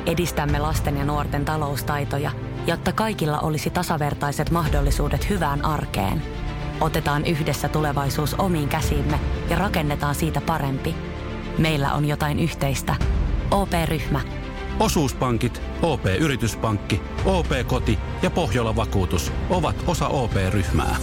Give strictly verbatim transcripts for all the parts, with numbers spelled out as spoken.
edistämme lasten ja nuorten taloustaitoja, jotta kaikilla olisi tasavertaiset mahdollisuudet hyvään arkeen. Otetaan yhdessä tulevaisuus omiin käsiimme ja rakennetaan siitä parempi. Meillä on jotain yhteistä. O P-ryhmä. Osuuspankit, O P-yrityspankki, O P-koti ja Pohjola-vakuutus ovat osa O P-ryhmää.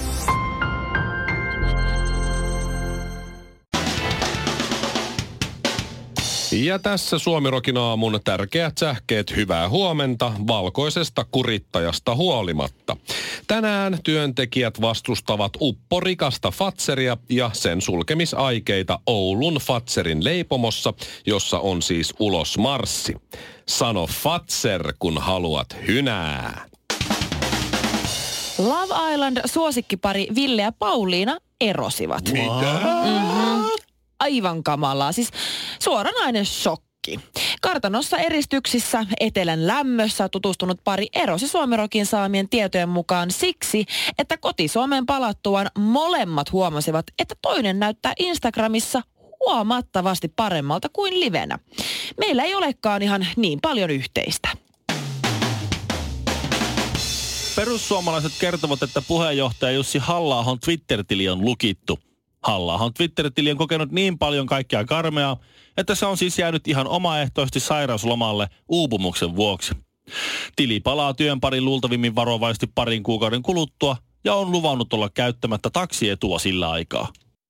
Ja tässä Suomi-rokin aamun tärkeät sähkeet hyvää huomenta valkoisesta kurittajasta huolimatta. Tänään työntekijät vastustavat upporikasta Fazeria ja sen sulkemisaikeita Oulun Fazerin leipomossa, jossa on siis ulosmarssi. Sano Fazer, kun haluat hynää. Love Island -suosikkipari Ville ja Pauliina erosivat. Mitä? Mm-hmm. Aivan kamalaa. Siis suoranainen shokki. Kartanossa eristyksissä Etelän lämmössä tutustunut pari erosi Suomi-rokin saamien tietojen mukaan siksi, että koti-Suomeen palattuaan molemmat huomasivat, että toinen näyttää Instagramissa huomattavasti paremmalta kuin livenä. Meillä ei olekaan ihan niin paljon yhteistä. Perussuomalaiset kertovat, että puheenjohtaja Jussi Halla-ahon Twitter-tili on lukittu. Halla-ahon Twitter-tili on kokenut niin paljon kaikkea karmeaa, että se on siis jäänyt ihan omaehtoisesti sairauslomalle uupumuksen vuoksi. Tili palaa työn parin luultavimmin varovaisesti parin kuukauden kuluttua ja on luvannut olla käyttämättä taksietua sillä aikaa.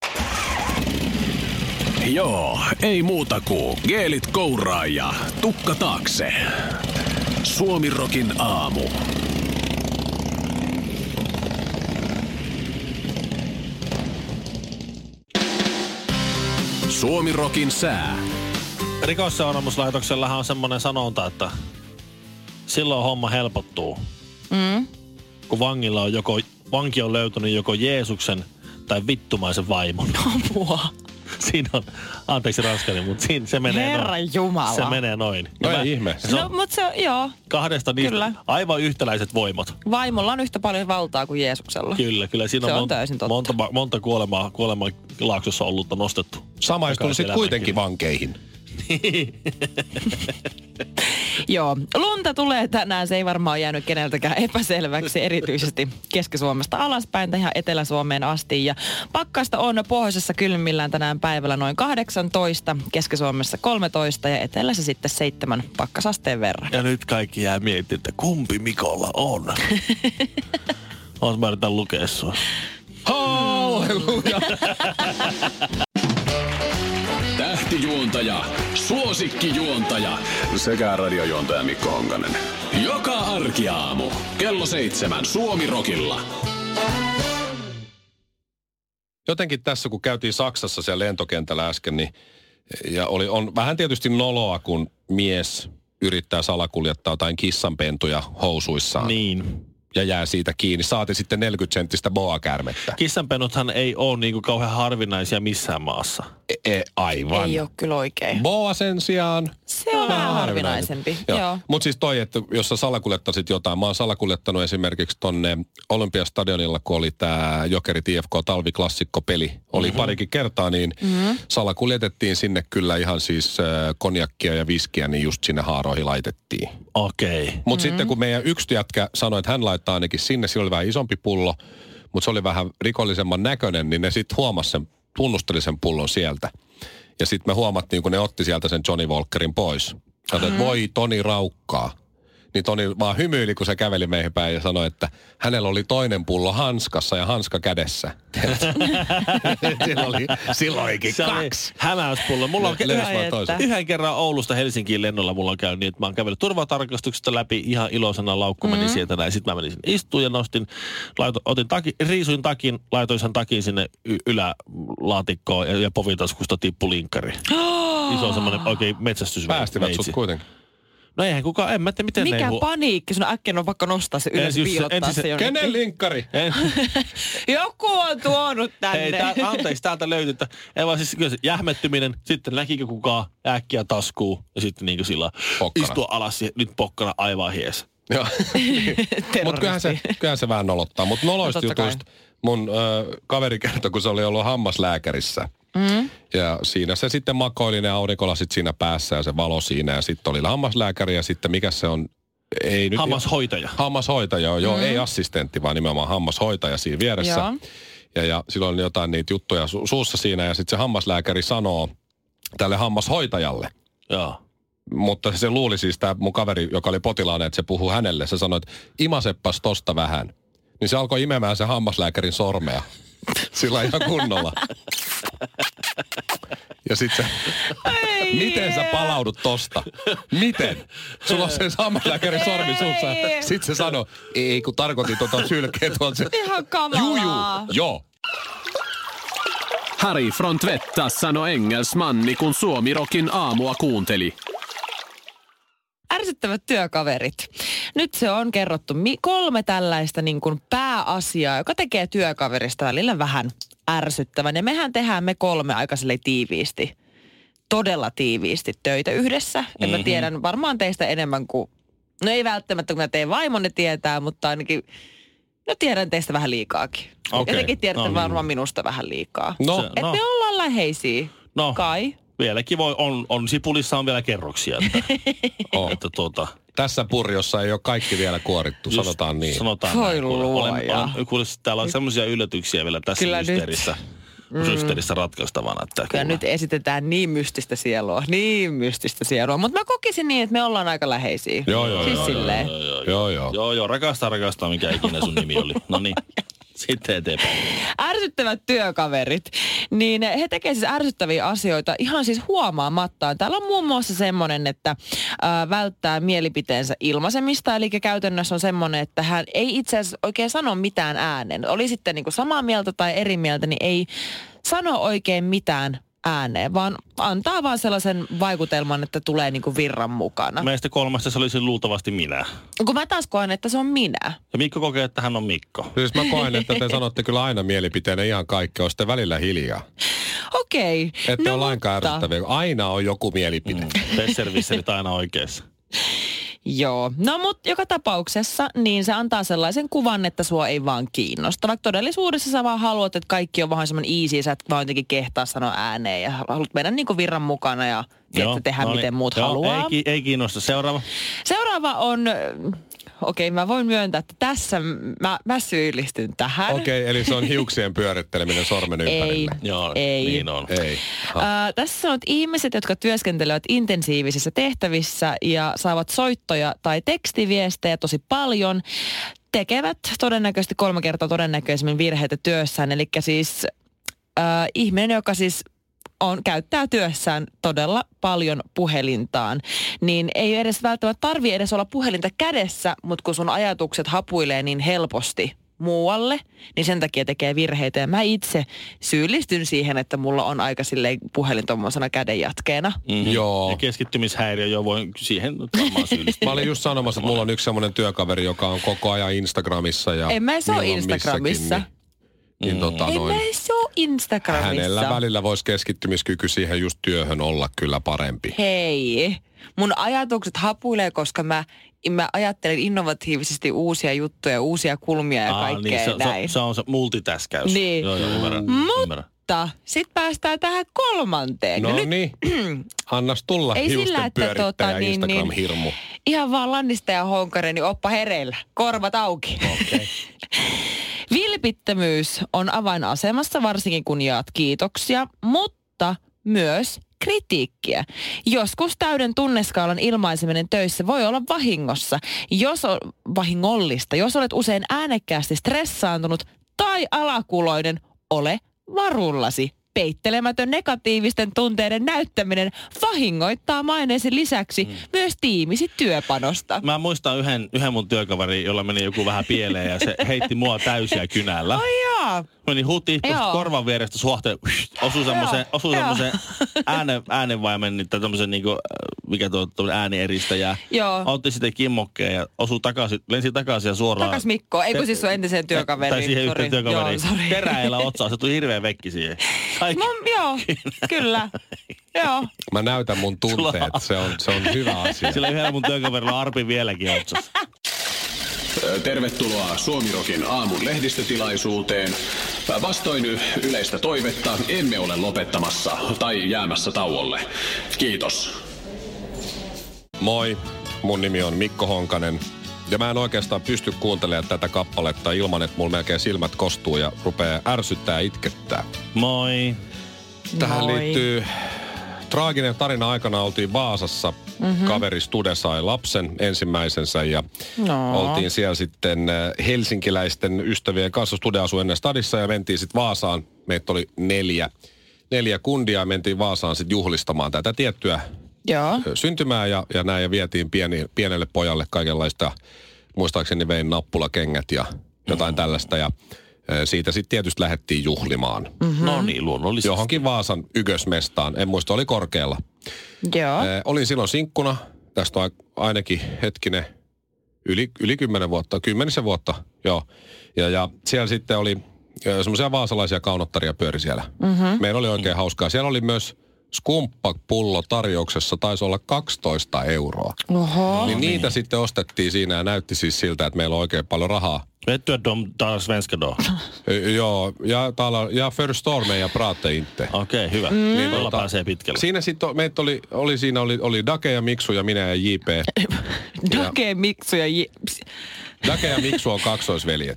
Joo, ei muuta kuin geelit kouraa ja tukka taakse. Suomi-rokin aamu. Suomi-rokin sää. Rikosseuraamuslaitoksellahan on semmoinen sanonta, että silloin homma helpottuu. Mm. Kun vangilla on joko, vanki on löytänyt joko Jeesuksen tai vittumaisen vaimon. Apua. Siinä on, anteeksi raskani, mutta siinä se menee Herran noin. Jumala. Se menee noin. No mä, ei ihme. No, mutta se on, joo. Kahdesta niistä Kyllä. aivan yhtäläiset voimat. Vaimolla on yhtä paljon valtaa kuin Jeesuksella. Kyllä, kyllä. Siinä Se on, on täysin totta. monta, monta kuolemaa, kuolemaa laaksossa ollutta nostettu. Samaistun sitten kuitenkin vankeihin. Joo. Lunta tulee tänään. Se ei varmaan jäänyt keneltäkään epäselväksi, erityisesti Keski-Suomesta alaspäin tähän Etelä-Suomeen asti. Ja pakkasta on pohjoisessa kylmimmillään tänään päivällä noin kahdeksantoista, Keski-Suomessa kolmetoista ja etelässä sitten seitsemän pakkasasteen verran. Ja nyt kaikki jää miettimään, että kumpi Mikolla on. Oot mä yritän lukea sua. Halleluja! Tähtijuontaja, suosikkijuontaja sekä radiojuontaja Mikko Honkanen. Joka arkiaamu kello seitsemän Suomi-rokilla. Jotenkin tässä, kun käytiin Saksassa siellä lentokentällä äsken, niin ja oli, on vähän tietysti noloa, kun mies yrittää salakuljettaa jotain kissanpentuja housuissaan. Niin. Ja jää siitä kiinni. Saati sitten neljäkymmentä senttistä boa-käärmettä. Kissanpenuthan ei ole niinku kauhean harvinaisia missään maassa. E, e, aivan. Ei ole kyllä oikein. Boa sen sijaan. Se on vähän harvinaisempi. Joo. Joo. Mutta siis toi, että jos sä salakuljettaisit jotain. Mä oon salakuljettanut esimerkiksi tonne Olympiastadionilla, kun oli tää Jokerit I F K talviklassikko-peli. Oli mm-hmm. parikin kertaa, niin mm-hmm. salakuljetettiin sinne kyllä ihan siis äh, konjakkia ja viskiä, niin just sinne haaroihin laitettiin. Okei. Okay. Mutta mm-hmm. sitten kun meidän yksi jätkä sanoi, että hän laittaa ainakin sinne, sillä oli vähän isompi pullo, mutta se oli vähän rikollisemman näköinen, niin ne sitten huomasi sen, tunnusteli sen pullon sieltä. Ja sitten me huomattiin, kun ne otti sieltä sen Johnny Walkerin pois. Sanoin, että voi Toni raukkaa. Niin Toni vaan hymyili, kun se käveli meihin päin ja sanoi, että hänellä oli toinen pullo hanskassa ja hanska kädessä. Sillä oli silloinkin kaksi. Hämäyspullo. Mulla on Lö- yhden kerran Oulusta Helsinkiin lennolla mulla on käynyt niin, että mä oon kävellyt turvatarkastuksesta läpi ihan iloisena, laukku meni mm-hmm. sieltä näin. Sitten mä menin sinne istuun ja nostin, laito, otin taki, riisuin takin, laitoin sen takin sinne y- ylälaatikkoon ja, ja povitaskusta tippui linkkari. Iso semmoinen oikein metsästysveitsi. Päästivät sut kuitenkin. No eihän kukaan, en mä tiedä miten mikä ne... Mikä paniikki? Sun äkkiä on pakko nostaa se ylös ja piilottaa se jonnekin. Kenen linkkari? En. Joku on tuonut tänne. Hei, tää, anteeksi, täältä löytyy, että ei vaan siis kyllä se jähmettyminen, sitten näkikö kukaan äkkiä taskuu ja sitten niin kuin sillä istua alas ja nyt pokkana aivan hies. Joo. Mutta kyllähän se, kyllähän se vähän nolottaa. Mutta noloista no, jutuista mun ö, kaveri kertoi, kun se oli ollut hammaslääkärissä. Mm. Ja siinä se sitten makoili ne aurinkolasit siinä päässä ja se valo siinä. Ja sitten oli hammaslääkäri ja sitten mikä se on? Ei nyt, hammashoitaja. Hammashoitaja, joo. Mm. Ei assistentti, vaan nimenomaan hammashoitaja siinä vieressä. Joo. Ja, ja silloin oli jotain niitä juttuja su- suussa siinä ja sitten se hammaslääkäri sanoo tälle hammashoitajalle. Joo. Mutta se luuli siis tämä mun kaveri, joka oli potilaana, että se puhuu hänelle. Se sanoi, että imaseppas tosta vähän. Niin se alkoi imemään se hammaslääkärin sormea. Sillä ihan kunnolla. Ja sit se, Ei, miten sä palaudut tosta? Miten? Sulla on se hammaslääkärin sormi suussa. Sit se sanoi, ei kun tarkoitin tota sylkeä tuolta se. Ihan kamalaa. Juju, joo. Harry från Tvättas sanoi engelsmanni, kun Suomirokin aamua kuunteli. Ärsyttävät työkaverit. Nyt se on kerrottu mi- kolme tällaista niin kuin pääasiaa, joka tekee työkaverista välillä vähän ärsyttävän. Ja mehän tehdään me kolme aika silleen tiiviisti, todella tiiviisti töitä yhdessä. Ja mm-hmm. mä tiedän varmaan teistä enemmän kuin, no ei välttämättä kun mä teidän vaimonne tietää, mutta ainakin, no tiedän teistä vähän liikaakin. Okay. Ja tekin tiedätte No, varmaan minusta vähän liikaa. No, Että no. me ollaan läheisiä, No. kai. Vieläkin voi, on, on Sipulissa on vielä kerroksia. Että, oh. että tuota, Tässä purjossa ei ole kaikki vielä kuorittu, just sanotaan niin. Sanotaan Voi näin. Kuule, luoja. olen, olen, kuule, täällä on semmoisia yllätyksiä vielä tässä Kyllä mysteerissä, mm. mysteerissä ratkaistavana. Että Kyllä kuule. nyt esitetään niin mystistä sielua, niin mystistä sielua. Mutta mä kokisin niin, että me ollaan aika läheisiä. Joo, joo, siis joo, silleen. Joo, joo, Joo, joo. joo, joo, rakastaa, rakastaa, mikä ikinä sun nimi oli. No niin, sitten eteenpäin. Ärsyttävät työkaverit, niin he tekevät siis ärsyttäviä asioita ihan siis huomaamattaan. Täällä on muun muassa semmoinen, että ää, välttää mielipiteensä ilmaisemista, eli käytännössä on semmoinen, että hän ei itse asiassa oikein sano mitään ääneen. Oli sitten niin kuin samaa mieltä tai eri mieltä, niin ei sano oikein mitään ääneen, vaan antaa vaan sellaisen vaikutelman, että tulee niin kuin virran mukana. Meistä kolmesta se olisi luultavasti minä. Kun mä taas koen, että se on minä. Ja Mikko kokee, että hän on Mikko. Siis mä koen, että te sanotte kyllä aina mielipiteenä ihan kaikkea, olisitte välillä hiljaa. Okei. Ette no ole lainkaan mutta- ärsyttäviä. Aina on joku mielipide. Mm. Besserwisserit aina oikeassa. Joo. No mutta joka tapauksessa niin se antaa sellaisen kuvan, että sua ei vaan kiinnosta. Vaikka todellisuudessa sä vaan haluat, että kaikki on vähän semmoinen easy, sä et vaan jotenkin kehtaa sanoa ääneen ja haluat mennä niinku virran mukana ja tiedätkö, tehdä no niin. miten muut Joo, haluaa. Ei, ki- ei kiinnosta. Seuraava. Seuraava on, okei mä voin myöntää, että tässä mä, mä syyllistyn tähän. Okei, eli se on hiuksien pyöritteleminen sormen Ei, ympärille. Joo, ei. niin on. Ei. Ää, tässä on ihmiset, jotka työskentelevät intensiivisissä tehtävissä ja saavat soittoja tai tekstiviestejä tosi paljon, tekevät todennäköisesti kolme kertaa todennäköisemmin virheitä työssään. Eli siis ää, ihminen, joka siis on, käyttää työssään todella paljon puhelintaan, niin ei edes välttämättä tarvitse edes olla puhelinta kädessä, mutta kun sun ajatukset hapuilee niin helposti muualle, niin sen takia tekee virheitä. Ja mä itse syyllistyn siihen, että mulla on aika silleen puhelin tommosena kädenjatkeena. Mm-hmm. Joo. Ja keskittymishäiriö jo voin siihen varmaan syyllistyä. Mä olin just sanomassa, että mulla on yksi semmoinen työkaveri, joka on koko ajan Instagramissa. Ja En mä se ole milloin Instagramissa. missäkin, Niin, niin tota Ei noin. mä se ole Instagramissa. Hänellä välillä voisi keskittymiskyky siihen just työhön olla kyllä parempi. Hei, mun ajatukset hapuilee, koska mä, mä ajattelen innovatiivisesti uusia juttuja, uusia kulmia ja Aa, kaikkea niin, se, näin. se, se on se multitäskäys. Niin. Joo, joo, ymmärrän. Mutta sitten päästään tähän kolmanteen. No nyt niin, annas tulla Ei sillä, hiusten että pyörittäjä tota, niin, niin, Instagram-hirmu. ihan vaan Lannista ja Honkari, niin oppa hereillä. Korvat auki. Okay. Vilpittömyys on avainasemassa, varsinkin kun jaat kiitoksia, mutta myös kritiikkiä. Joskus täyden tunneskaalan ilmaiseminen töissä voi olla vahingossa, jos on vahingollista. Jos olet usein äänekkäästi stressaantunut tai alakuloinen, ole varullasi. Peittelemätön negatiivisten tunteiden näyttäminen vahingoittaa maineesi lisäksi mm. myös tiimisi työpanosta. Mä muistan yhden, yhden mun työkaveri, jolla meni joku vähän pieleen ja se heitti mua täysiä kynällä. Ai jaa. Meni huti, Joo. korvan vierestä suhteen, osui semmoiseen, osui semmoiseen äänen, äänenvaimen, tai tämmöisen niinku, mikä tuo äänieristäjä. Joo. Otti sitten kimmokkeen ja osui takaisin, lensi takaisin ja suoraan. Takas Mikko, ei kun siis sun entiseen työkaveriin. Tai siihen Sori. yhteen työkaveriin. Joo, sori. Teräillä otsaa, se tuli hirveä vekki siihen. Kaikki. No, joo, kyllä. Joo. Mä näytän mun tunteet, se on, se on hyvä asia. Sillä yhdellä mun työkaverilla arpi vieläkin otsassa. Tervetuloa Suomirokin aamun lehdistötilaisuuteen. Vastoin yleistä toivetta emme ole lopettamassa tai jäämässä tauolle. Kiitos. Moi, mun nimi on Mikko Honkanen. Ja mä en oikeastaan pysty kuuntelemaan tätä kappaletta ilman, että mulla melkein silmät kostuu ja rupeaa ärsyttää itkettää. Moi. Tähän Moi. liittyy traaginen tarina. Aikana oltiin Vaasassa. Mm-hmm. Kaveri Stude sai lapsen, ensimmäisensä, ja No. oltiin siellä sitten helsinkiläisten ystävien kanssa. Stude asui ennen stadissa ja mentiin sitten Vaasaan. Meitä oli neljä, neljä kundia ja mentiin Vaasaan sitten juhlistamaan tätä tiettyä Joo. syntymää ja, ja näin, ja vietiin pieni, pienelle pojalle kaikenlaista, muistaakseni vein nappulakengät ja jotain mm. tällaista, ja e, siitä sitten tietysti lähdettiin juhlimaan. Mm-hmm. No niin, luonnollisesti. Johonkin Vaasan Ykkösmestaan, en muista, oli korkealla. Joo. E, olin silloin sinkkuna, tästä on ainakin hetkinen, yli, yli kymmenen vuotta, kymmenisen vuotta, joo. Ja, ja siellä sitten oli semmoisia vaasalaisia kaunottaria pyöri siellä. Mm-hmm. Meillä oli oikein hauskaa. Siellä oli myös skumppapullo tarjouksessa, taisi olla kaksitoista euroa. Oho. Niin niitä sitten ostettiin siinä ja näytti siis siltä, että meillä on oikein paljon rahaa. Vet du att de tar svenska då? Ö, joo, ja, täällä, ja förstår mig ja pratar inte. Okei, okay, hyvä. Mm. Niin tuolla tota, pääsee pitkälle. Siinä sitten meitä oli, oli, siinä oli, oli Dake ja Miksu ja minä ja J P. Dake, Miksu ja J... Dake ja Miksu on kaksoisveljet.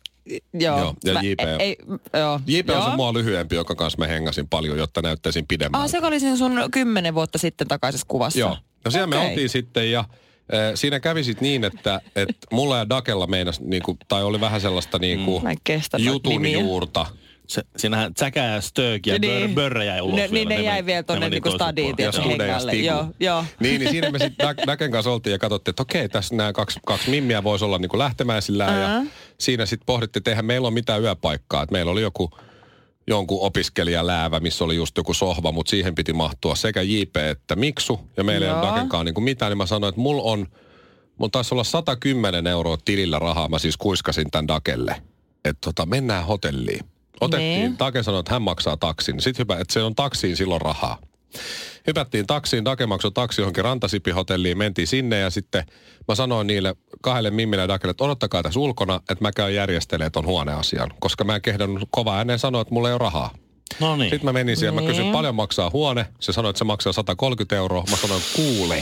Joo. Joo, ja Mä- J P on. Ei, joo. J P on se Joo. mua lyhyempi, joka kanssa mä hengasin paljon, jotta näyttäisin pidemmältä. Ah, se oli siinä sun kymmenen vuotta sitten takaisessa kuvassa. Joo. No siellä Okei. me oltiin sitten ja äh, siinä kävi sit niin, että et mulla ja Dakella meinas, niinku, tai oli vähän sellaista niinku, Mä en kestä noita jutun nimiä. juurta. Se, siinähän Tsäkä ja Stöök ja Niin. Bör, Börrä jäi ulos Ne, vielä. niin ne, Ne jäi meni- vielä ne tonne meni niinku toiselle stadiin, puolelle. Ja tiedätkö, Stude ja hengalle. Stigu. Joo, joo. Niin, niin siinä me sitten Daken kanssa oltiin ja katsottiin, että okei, tässä nämä kaksi, kaksi mimmiä voisi olla niinku lähtemäisillään. Uh-huh. Ja siinä sitten pohdittiin, että eihän meillä ole mitään yöpaikkaa. Että meillä oli joku jonkun opiskelijaläävä, missä oli just joku sohva, mutta siihen piti mahtua sekä J P että Miksu. Ja meillä ei ole Joo. Dakenkaan niinku mitään, niin mä sanoin, että mulla on, mulla taisi olla sata kymmenen euroa tilillä rahaa. Mä siis kuiskasin tämän Dakelle, että tota, mennään hotelliin. Otettiin, Niin. Dake sanoi, että hän maksaa taksin. Sitten hyvä, että se on taksiin silloin rahaa. Hypättiin taksiin, Dake maksoi taksi johonkin Rantasipi-hotelliin, mentiin sinne ja sitten mä sanoin niille kahdelle mimmille ja Dakelle, että odottakaa tässä ulkona, että mä käyn järjestelemään ton huoneasian, koska mä en kehdannut kova ääneen sanoa, että mulla ei ole rahaa. No niin. Sitten mä menin siellä, mä Niin. kysyin, paljon maksaa huone. Se sanoi, että se maksaa sata kolmekymmentä euroa. Mä sanoin, kuule,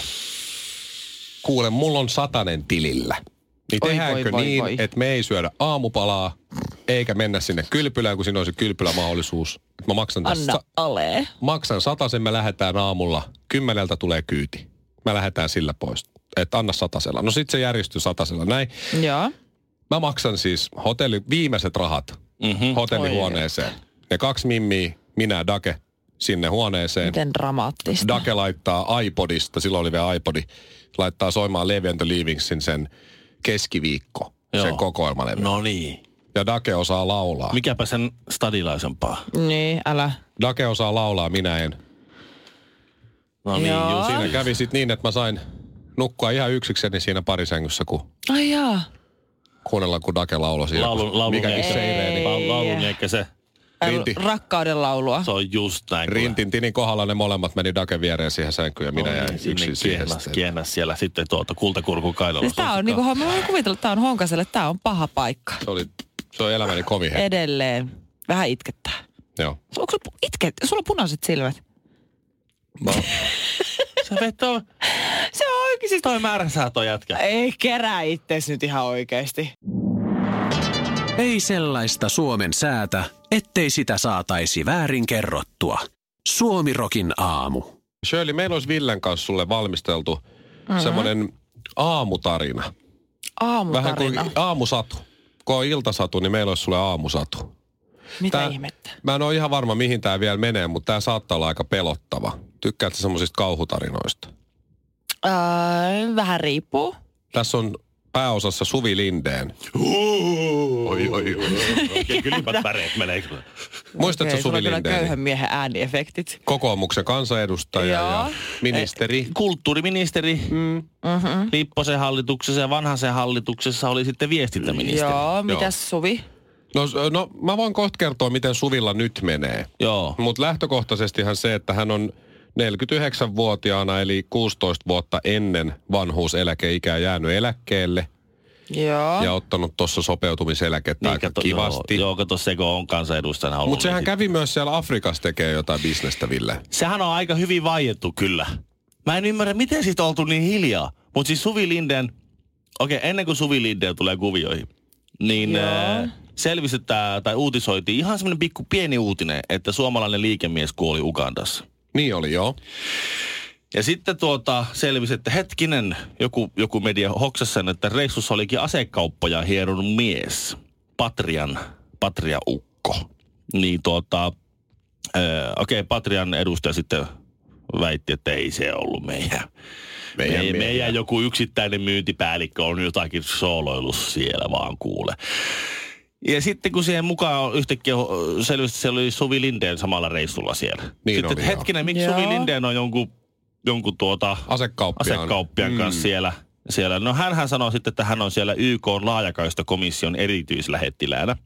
kuule, mulla on satanen tilillä. Niin Oi, tehdäänkö voi, voi, niin, voi. että me ei syödä aamupalaa, eikä mennä sinne kylpylään, kun siinä on se kylpylämahdollisuus. Että mä maksan tässä, Anna ale. maksan satasen, me lähdetään aamulla, kymmeneltä tulee kyyti. Mä lähdetään sillä pois, että anna satasella. No sit se järjestyy satasella, näin. Joo. Mä maksan siis hotelli, viimeiset rahat Mm-hmm. hotellihuoneeseen. Ne kaksi mimmiä, minä ja Dake, sinne huoneeseen. Miten dramaattista. Dake laittaa iPodista, silloin oli vielä iPodi, laittaa soimaan Levi and the Leavingsin sen keskiviikko, Joo. sen kokoelmalevy. No niin. Ja Dake osaa laulaa. Mikäpä sen stadilaisempaa. Niin, älä. Dake osaa laulaa, minä en. No niin, Joo. just. Siinä kävi sit niin, että mä sain nukkua ihan yksikseni siinä parisängyssä, kun Ai jaa. kuunnellaan, kun Dake lauloi siinä. Laulun, laulun, Mikäkin Ei. seireeni. laulun, laulun eikä se. Rinti. Rakkauden laulua. Se on just näin. kuule. Rintin tinin kohdalla ne molemmat meni Dake viereen siihen sänkyyn ja minä No jäin niin, sinne yksin siihen. kiehnas, sitten. kiehnas siellä sitten tuota kultakurkun kainalossa. Siis tää on niinku, mä voin kuvitella, että tää on Honkaselle, että tää on paha paikka. Se, oli, se on elämäni kovin hetki. Edelleen. Vähän itkettää. Joo. Onko sulla pu- itket? Sulla on punaiset silmät. Mä, Se vetoo, Se on oikein siis... toi määrä saa toi jätkä. Ei kerää itses nyt ihan oikeesti. Ei sellaista Suomen säätä, ettei sitä saataisi väärin kerrottua. Suomirokin aamu. Shirley, meillä olisi Villen kanssa sulle valmisteltu mm-hmm. semmoinen aamutarina. Vähän kuin Aamutarina. aamusatu. Kun on iltasatu, niin meillä olisi sulle aamusatu. Mitä Tää- ihmettä? Mä en ole ihan varma, mihin tämä vielä menee, mutta tämä saattaa olla aika pelottava. Tykkäätkö semmoisista kauhutarinoista? Öö, vähän riippuu. Tässä on pääosassa Suvi Lindeen. Oi, oi, oi. Oikein kylmät väreet menee kyllä. Muistatko Okei, sulla Suvi on kyllä Lindeen? köyhän miehen ääniefektit. Kokoomuksen kansanedustaja Joo. ja ministeri. Kulttuuriministeri mm-hmm. Lipposen hallituksessa ja Vanhasen hallituksessa oli sitten viestintäministeri. Joo, mitäs Suvi? No, s- no mä voin kohta kertoa, miten Suvilla nyt menee. Joo. Mutta lähtökohtaisestihan se, että hän on neljäkymmentäyhdeksänvuotiaana eli kuusitoista vuotta ennen vanhuuseläkeikää jäänyt eläkkeelle. Joo. Ja ottanut tuossa sopeutumiseläkettä niin, aika kato, kivasti. Joo, joo kato se, kun on kansanedustajana ollut. Mutta sehän niin kävi myös siellä Afrikassa tekee jotain bisnestä, Ville. Sehän on aika hyvin vaiettu kyllä. Mä en ymmärrä, miten siitä on oltu niin hiljaa. Mutta siis Suvi Lindén, okei, okay, ennen kuin Suvi Lindén tulee kuvioihin, niin äh, selvisi, tai uutisoitiin ihan semmoinen pikku pieni uutinen, että suomalainen liikemies kuoli Ugandassa. Niin oli, joo. Ja sitten tuota selvisi, että hetkinen, joku, joku media hoksasi sen, että reissussa olikin asekauppoja hierunut mies. Patrian, Patria-ukko. Niin tuota, äh, okei, okay, Patrian edustaja sitten väitti, että ei se ollut meidän. Meidän, meidän, meidän joku yksittäinen myyntipäällikkö on jotakin sooloillut siellä vaan kuule. Ja sitten kun siihen mukaan yhtäkkiä selvisi, se oli Suvi Lindén samalla reissulla siellä. Niin sitten oli, hetkinen, joo. Miksi Suvi Lindén on jonkun, jonkun tuota asekauppiaan, asekauppiaan mm. kanssa siellä, siellä? No hänhän sanoi sitten, että hän on siellä Y K:n laajakaistakomission erityislähettiläänä.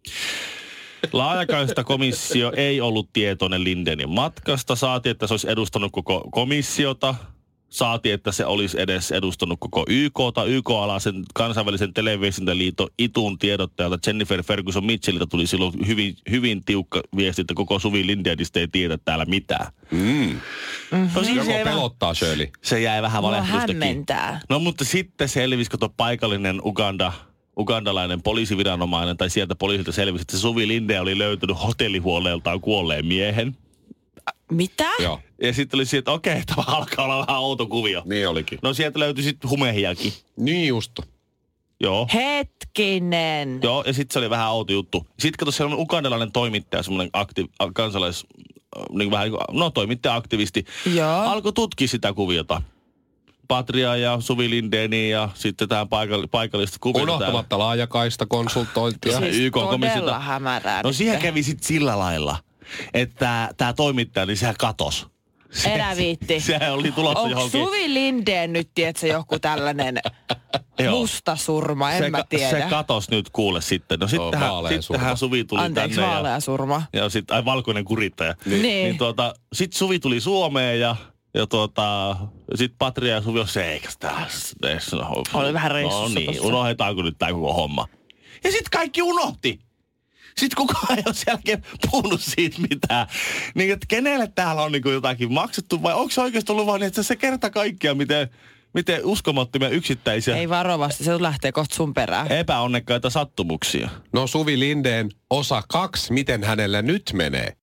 Laajakaistakomissio ei ollut tietoinen Lindénin matkasta. Saati, että se olisi edustanut koko komissiota. Saati, että se olisi edes edustanut koko Y K:ta. Y K-alaisen kansainvälisen televiestintäliiton I T U:n tiedottajalta Jennifer Ferguson Mitchelliltä tuli silloin hyvin, hyvin tiukka viesti, että koko Suvi Lindénistä ei tiedä täällä mitään. Mm. Mm-hmm. No, siis Joko pelottaa, Shirley? Se jäi vähän valehdustakin. No hämmentää. No mutta sitten selvisi, kun tuo paikallinen Uganda... ugandalainen poliisiviranomainen tai sieltä poliisilta selvisi, että Suvi Lindén oli löytänyt hotellihuoneeltaan kuolleen miehen. Mitä? Joo. Ja sitten oli siitä, että okei, okay, tämä alkaa olla vähän outo kuvio. Niin olikin. No sieltä löytyi sitten humehiakin. Niin just. Joo. Hetkinen. Joo, ja sitten se oli vähän outo juttu. Sitten kato, siellä on ugandalainen toimittaja, semmoinen akti- kansalais... Niin vähän, no toimittaja-aktivisti. Joo. Alkoi tutkia sitä kuviota. Patria ja Suvi Lindéniä ja sitten tähän paikall- paikallista kuviota. Unohtamatta laajakaista konsultointia. Siis Y K-komissiota. hämärää. No siihen kävi sitten sillä lailla, että tämä toimittaja, niin sehän katosi. Se, Enää viitti. Se, sehän oli tulossa onko johonkin. Suvi Lindén nyt, tiedätkö, joku tällainen musta surma? En se, mä tiedä. Se katosi nyt kuule sitten. No sittenhän, sittenhän Suvi tuli Anteeksi, tänne. vaalea surma. Ja, ja sitten, ai valkoinen kurittaja. Niin. niin tuota, sitten Suvi tuli Suomeen ja... Ja tuota, sit Patria ja Suvi on se, eikä tässä. No, oli vähän reissussa No niin, tossa. unohdetaanko nyt tää koko homma. Ja sit kaikki unohti. Sitten kukaan ei ole sen jälkeen puhunut siitä mitään. Niin, että kenelle täällä on niin kuin jotakin maksettu vai onko se oikeasti ollut vaan niin, että se kerta kaikkiaan, miten, miten uskomattomia yksittäisiä... Ei varovasti, se lähtee kohta sun perään. Epäonnekkaita sattumuksia. No Suvi Lindén, osa kaksi, miten hänellä nyt menee?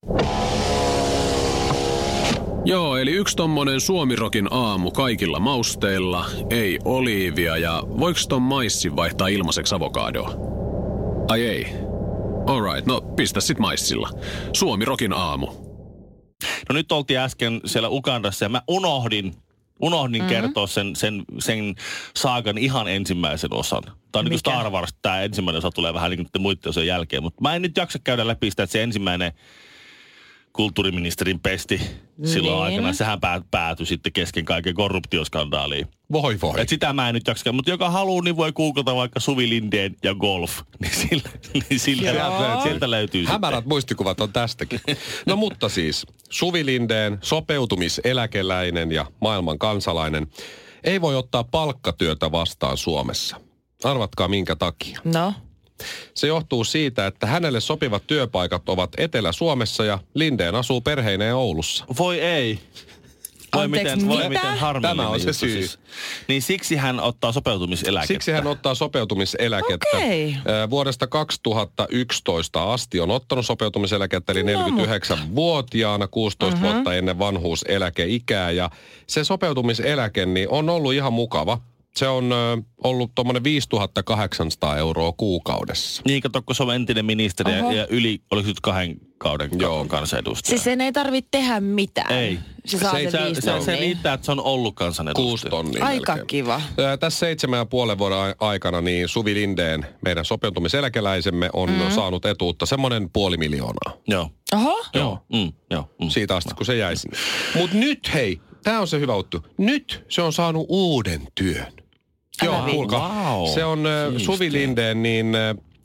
Joo, eli yksi tommonen Suomirokin aamu kaikilla mausteilla, ei oliivia ja voiko ton maissin vaihtaa ilmaiseksi avokadoa? Ai ei. Alright, no pistä sit maissilla. Suomirokin aamu. No nyt oltiin äsken siellä Ugandassa ja mä unohdin, unohdin mm-hmm. kertoa sen, sen, sen saagan ihan ensimmäisen osan. Tämä on niin kuin Star Wars, tämä ensimmäinen osa tulee vähän niin kuin muiden osien jälkeen, mutta mä en nyt jaksa käydä läpi sitä, että se ensimmäinen kulttuuriministerin pesti silloin niin. aikana. Sehän päätyi sitten kesken kaiken korruptioskandaaliin. Voi voi. Et sitä mä en nyt jaksa. Mutta joka haluaa, niin voi googlata vaikka Suvi Lindén ja golf. Niin sillä, niin sillä löytyy, sieltä löytyy Hämärät sitten. muistikuvat on tästäkin. No mutta siis, Suvi Lindén, sopeutumiseläkeläinen ja maailman kansalainen, ei voi ottaa palkkatyötä vastaan Suomessa. Arvatkaa minkä takia. No? Se johtuu siitä, että hänelle sopivat työpaikat ovat Etelä-Suomessa ja Lindén asuu perheineen Oulussa. Voi ei. Voi Anteeksi, miten, voi mitä? miten harmillinen Tämä on se juttu syy. Siis. Niin siksi hän ottaa sopeutumiseläkettä. Siksi hän ottaa sopeutumiseläkettä. Okei. Vuodesta kaksituhattayksitoista asti on ottanut sopeutumiseläkettä, eli neljäkymmentäyhdeksänvuotiaana, kuusitoista uh-huh. vuotta ennen vanhuuseläkeikää. Ja se sopeutumiseläke niin on ollut ihan mukava. Se on ö, ollut tuommoinen viisituhattakahdeksansataa euroa kuukaudessa. Niin, kato, kun se on entinen ministeri ja, ja yli, oliko nyt kahden kauden Joo. kansanedustaja? Siis sen ei tarvitse tehdä mitään. Ei. Se saa se, sen viisi se, se, se tonnia. riittää, että se on ollut kansanedustaja. Kuusi tonnia Aika melkein. kiva. Ää, tässä seitsemän ja puolen vuoden aikana niin Suvi Lindén, meidän sopeutumiseläkeläisemme, on mm. saanut etuutta semmoinen puoli miljoonaa. Joo. Oho. Joo. Mm, joo. Mm. Siitä asti, kun se jäi sinne. Mutta nyt hei, tämä on se hyvä juttu. Nyt se on saanut uuden työn. Älä Joo, viitsi. kuulkaa. Wow. Se on äh, Suvi Lindén, niin äh,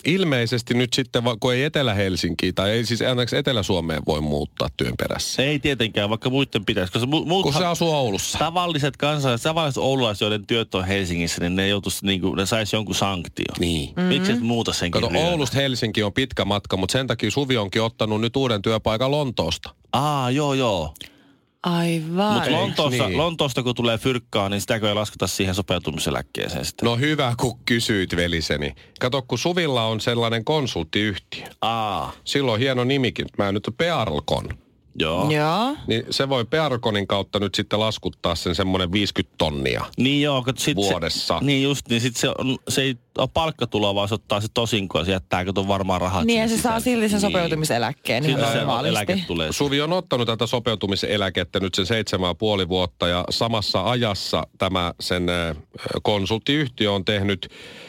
Ilmeisesti nyt sitten, kun ei Etelä-Helsinkiin tai ei siis ainakin Etelä-Suomeen voi muuttaa työn perässä. Ei tietenkään, vaikka muiden pitäisi. Koska mu- muuthan, kun se asuu Oulussa. Tavalliset kansalaiset, tavalliset oululaiset, joiden työt on Helsingissä, niin ne joutuisi, niin kuin, ne saisi jonkun sanktio. Niin. Mm-hmm. Miksi et muuta senkin Kato, ryönä? Oulusta Helsinki on pitkä matka, mutta sen takia Suvi onkin ottanut nyt uuden työpaikan Lontoosta. Aa, joo, joo. Aivan. Mutta Lontoosta, niin? Lontoosta, kun tulee fyrkkaa, niin sitäkö ei lasketa siihen sopeutumiseläkkeeseen sitten? No hyvä, kun kysyit, veliseni. Kato, kun Suvilla on sellainen konsulttiyhtiö. Aa. Silloin hieno nimikin. Mä nyt Pearkon. Joo. Joo. Niin se voi Pearkonin kautta nyt sitten laskuttaa sen semmoinen viisikymmentä tonnia. Niin joo, kun sit vuodessa. Se, niin just, niin sit se, on, se ei ole palkkatuloa, vaan se ottaa se tosinko ja se jättää, kun on varmaan rahat. Niin ja se saa silti sen niin. sopeutumiseläkkeen. Siltä se normaalisti. eläke tulee. Suvi on ottanut tätä sopeutumiseläkettä nyt sen seitsemän ja puoli vuotta ja samassa ajassa tämä sen konsulttiyhtiö on tehnyt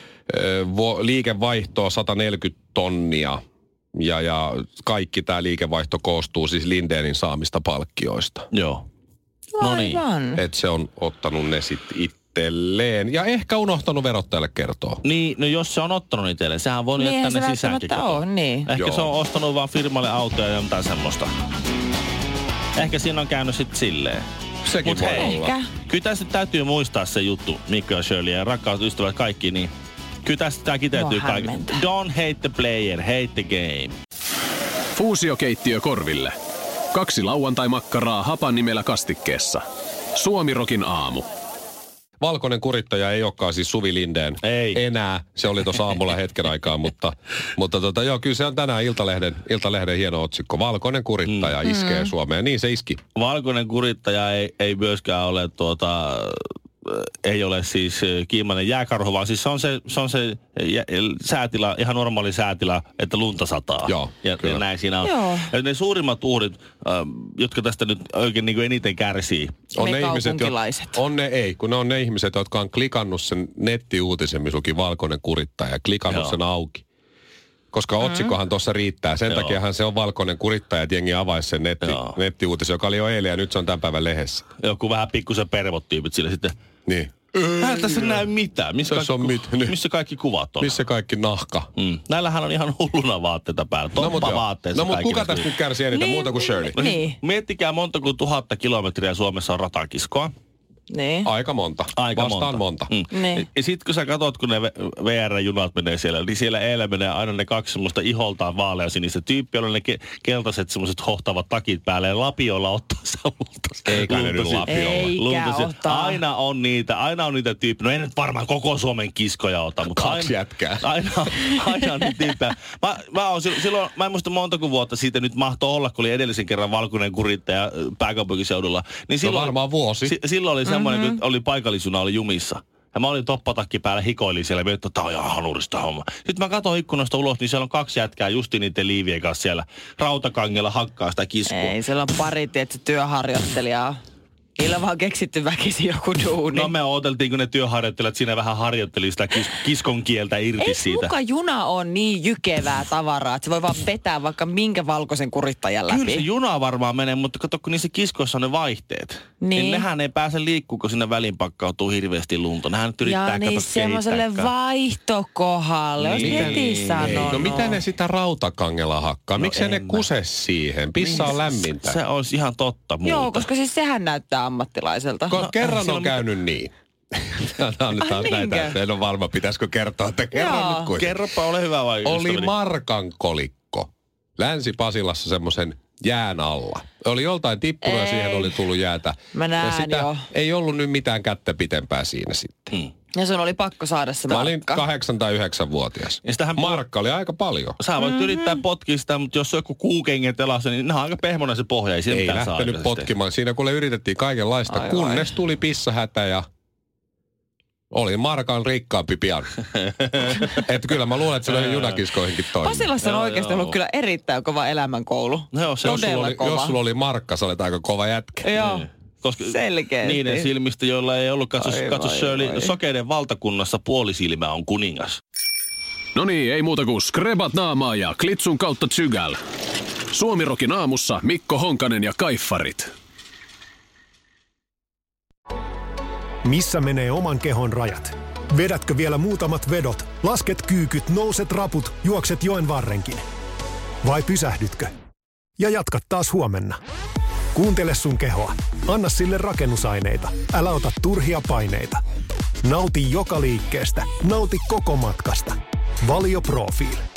liikevaihtoa sata neljäkymmentä tonnia. Ja, ja kaikki tämä liikevaihto koostuu siis Lindénin saamista palkkioista. Joo. No niin. Että se on ottanut ne sitten itselleen. Ja ehkä unohtanut verottajalle kertoa. Niin, no jos se on ottanut itselleen, sehän voi niin, jättää ne se sisäänkin. ole, niin. Ehkä Joo. se on ostanut vaan firmalle autoja ja jotain semmoista. Ehkä siinä on käynyt sitten silleen. Sekin Mut voi hei, olla. Ehkä. Kyllä tässä täytyy muistaa se juttu, Mikko ja Shirley ja rakkaat ystävät kaikki, niin kyllä tästä tämä kiteytyy Mua kaikki. hämmentää. Don't hate the player, hate the game. Fuusiokeittiö korville. Kaksi lauantai-makkaraa hapan nimellä kastikkeessa. Suomirokin aamu. Valkoinen kurittaja ei olekaan siis Suvi Lindén Ei. enää. Se oli tuossa aamulla hetken aikaa, mutta, mutta tota, joo, kyllä se on tänään Iltalehden, Iltalehden hieno otsikko. Valkoinen kurittaja mm. iskee Suomeen. Niin se iski. Valkoinen kurittaja ei, ei myöskään ole tuota... ei ole siis kiimainen jääkarhu, vaan siis se on se, se, on se jä, säätila, ihan normaali säätila, että lunta sataa. Joo, ja, ja näin siinä on. Joo. Ja ne suurimmat uhrit, äh, jotka tästä nyt oikein niin kuin eniten kärsii. On Me ne ihmiset, kaupunkilaiset. jo, on ne ei, kun ne on ne ihmiset, jotka on klikannut sen nettiuutisen, missä luki Valkoinen kurittaja ja klikannut Joo. sen auki. Koska mm-hmm. otsikohan tuossa riittää. Sen Joo. takiahan se on Valkoinen kurittaja, että jengi avaisi sen netti, nettiuutisen, joka oli jo eilen ja nyt se on tämän päivän lehdessä. Joku vähän pikkusen pervot-tyypit sille sitten. Niin. Eihän tässä näy mitään. Missä Tässä kaikki, on mit- niin. missä kaikki kuvat on? Missä kaikki nahka? Mm. Näillähän on ihan hulluna vaatteita päällä. No, mut joo. Toppa-vaatteessa no mutta kaikilla kuka tästä siinä. nyt kärsii eniten Niin, muuta kuin Shirley? niin. Niin. Miettikää monta kuin tuhatta kilometriä Suomessa on ratakiskoa. Niin. Aika monta. Aika Vastaan monta. monta. Mm. Niin. Ja sit kun sä katsot, kun ne V R-junat menee siellä, niin siellä eilen menee aina ne kaksi semmoista iholtaan vaaleasinistä tyyppiä, joilla ne ke- keltaiset semmoiset hohtavat takit päälle ja lapiolla ottaa sitä lunta. Eikä ne nyt lapiolla. Eikä ota. Aina on niitä, aina on niitä tyyppejä. No ei nyt varmaan koko Suomen kiskoja ota, mutta Kaksi aina, jätkää. Aina, aina on niitä tyyppejä. Mä, mä, on, silloin, mä en muista montako vuotta siitä nyt mahtoi olla, kun oli edellisen kerran valkoinen kurittaja pääkaupunkiseudulla. Niin silloin, No varmaan vuosi. Si, silloin oli semmoinen, mm-hmm. kun oli paikallisjuna oli jumissa. Ja mä olin toppatakki päällä, hikoilin siellä ja mietin, että tää on ihan hanurista homma. Sitten mä katson ikkunasta ulos, niin siellä on kaksi jätkää justi niiden liivien kanssa siellä rautakangella hakkaa sitä kiskua. Ei, siellä on pari, tietysti, työharjoittelijaa. Niillä on vaan keksitty väkisin joku duuni. No me odoteltiin, kun ne työharjoittelijat siinä vähän harjoitteli sitä kis- kiskon kieltä irti Ei siitä. muka juna on niin jykevää tavaraa, että se voi vaan vetää vaikka minkä valkoisen kurittajan läpi. Kyllä se juna varmaan menee, mutta kato, kun niissä kiskoissa on ne vaihteet. Niin. niin nehän ei pääse liikkuu, kun sinne väliin pakkautuu hirveästi lunta. Nehän nyt yrittää ja niin kato semmoiselle kehittääkään. vaihtokohalle, jos Niin. heti Niin. sanonut. No mitä ne sitä rautakangella hakkaa? No Miksei ne en mä. kuse siihen? Pissa on lämmintä. Se olisi ihan totta muuta. Joo, koska siis sehän näyttää ammattilaiselta. Ko- No, kerran siellä on on- käynyt niin. Tämä on nyt taas Ai näitä, niinkö? että en ole varma, pitäisikö kertoa, että kerran Joo. nyt kuitenkin. Kerropa, ole hyvä vai Oli ystäväni? Markan kolikko Länsi-Pasilassa semmoisen jään alla. Oli joltain tippunut ja Ei. siihen oli tullut jäätä. Mä ja näen sitä jo. ei ollut nyt mitään kättä pitempää siinä sitten. Hmm. Ja sun oli pakko saada se Mä olin markka. kahdeksan tai yhdeksän vuotias. Ja sitähän- Markka oli aika paljon. Sä voit mm-hmm. yrittää potkia sitä, mutta jos on joku kuukengen telassa, niin ne on aika pehmonen se pohja. Ei, siinä Ei mitään saa lähtenyt aikaiseksi. potkimaan. Siinä kuule yritettiin kaikenlaista, Ai, kunnes tuli pissahätä ja oli Markan rikkaampi pian. Että kyllä mä luulen, että se löi junakiskoihinkin toimii. Pasilassa on Joo, oikeasti joo. ollut kyllä erittäin kova elämänkoulu. No joo, se Jos sulla, Todella oli, kova. jos sulla oli Markka, sä olet aika kova jätkä. Joo, Niin. Koska selkeästi. niiden silmistä, joilla ei ollut, katso, Ai, katso vai, Shirley, vai. sokeiden valtakunnassa puolisilmä on kuningas. No niin, ei muuta kuin skrebat naamaa ja klitsun kautta tsygäl. Suomirokin aamussa Mikko Honkanen ja Kaiffarit. Missä menee oman kehon rajat? Vedätkö vielä muutamat vedot, lasket kyykyt, nouset raput, juokset joen varrenkin? Vai pysähdytkö? Ja jatkat taas huomenna. Kuuntele sun kehoa. Anna sille rakennusaineita. Älä ota turhia paineita. Nauti joka liikkeestä. Nauti koko matkasta. Valio Profiil.